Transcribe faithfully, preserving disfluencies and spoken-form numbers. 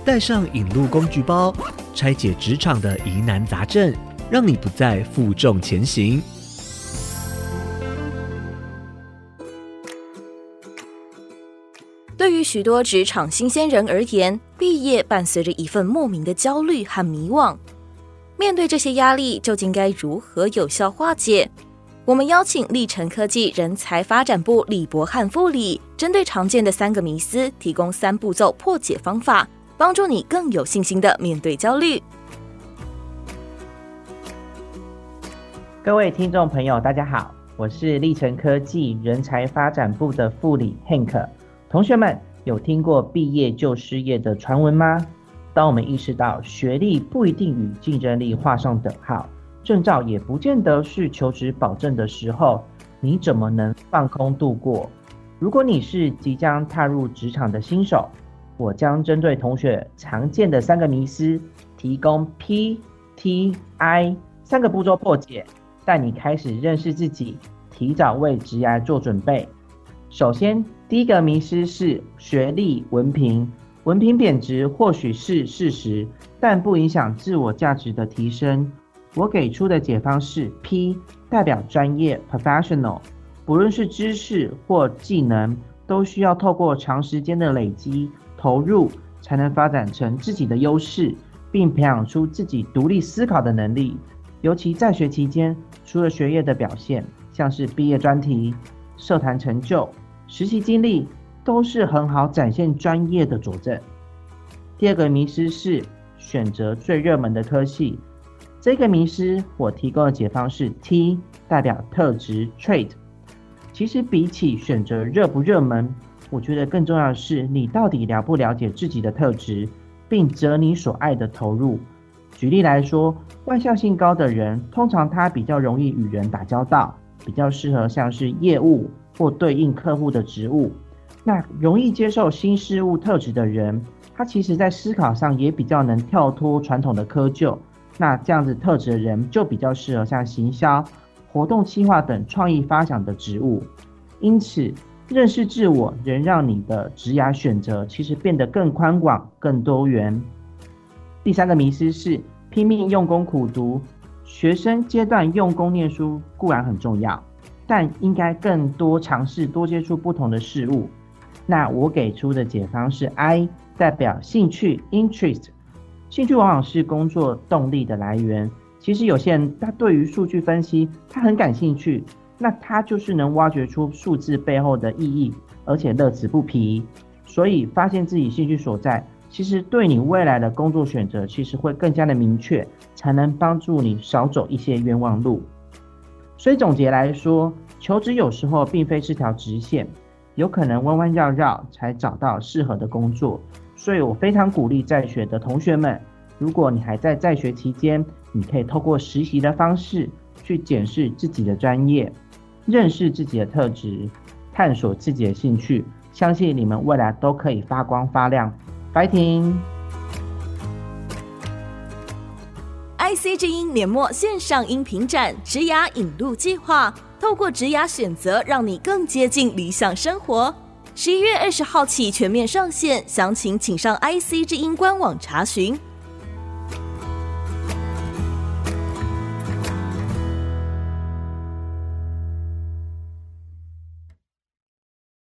带上引路工具包，拆解职场的疑难杂症，让你不再负重前行。 对于许多职场新鲜人而言，毕业伴随着一份莫名的焦虑和迷惘。面对这些压力，究竟该如何有效化解？我们邀请立成科技人才发展部李博翰副理，针对常见的三个迷思，提供三步骤破解方法，帮助你更有信心地面对焦虑。 各位听众朋友大家好，我是立成科技人才发展部的副理 Hank。 同学们有听过毕业就失业的传闻吗？当我们意识到学历不一定与竞争力画上等号，证照也不见得是求职保证的时候，你怎么能放空度过？如果你是即将踏入职场的新手，我将针对同学常见的三个迷思，提供 P T I 三个步骤破解，带你开始认识自己，提早为职涯做准备。首先，第一个迷思是学历文凭。文凭贬值或许是事实，但不影响自我价值的提升。我给出的解方是 P， 代表专业 professional， 不论是知识或技能，都需要透过长时间的累积投入，才能发展成自己的优势，并培养出自己独立思考的能力。尤其在学期间，除了学业的表现，像是毕业专题、社团成就、实习经历，都是很好展现专业的佐证。第二个迷思是选择最热门的科系。这个迷思我提供的解方是 T， 代表特质 trait。 其实比起选择热不热门，我觉得更重要的是你到底了不了解自己的特质，并择你所爱的投入。举例来说，外向性高的人，通常他比较容易与人打交道，比较适合像是业务或对应客户的职务。那容易接受新事物特质的人，他其实在思考上也比较能跳脱传统的窠臼。那这样子特质的人就比较适合像行销、活动企划等创意发想的职务。因此，认识自我能让你的职涯选择其实变得更宽广、更多元。第三个迷思是拼命用功苦读。学生阶段用功念书固然很重要，但应该更多尝试多接触不同的事物。那我给出的解方是 I， 代表兴趣 interest。 兴趣往往是工作动力的来源。其实有些人他对于数据分析他很感兴趣，那他就是能挖掘出数字背后的意义，而且乐此不疲。所以发现自己兴趣所在，其实对你未来的工作选择其实会更加的明确，才能帮助你少走一些冤枉路。所以总结来说，求职有时候并非是条直线，有可能弯弯绕绕才找到适合的工作。所以我非常鼓励在学的同学们，如果你还在在学期间，你可以透过实习的方式去检视自己的专业，认识自己的特质，探索自己的兴趣，相信你们未来都可以发光发亮。Fighting！ I C 之音年末线上音频展职涯引路计划，透过职涯选择，让你更接近理想生活。十一月二十号起全面上线，详情请上 I C 之音官网查询。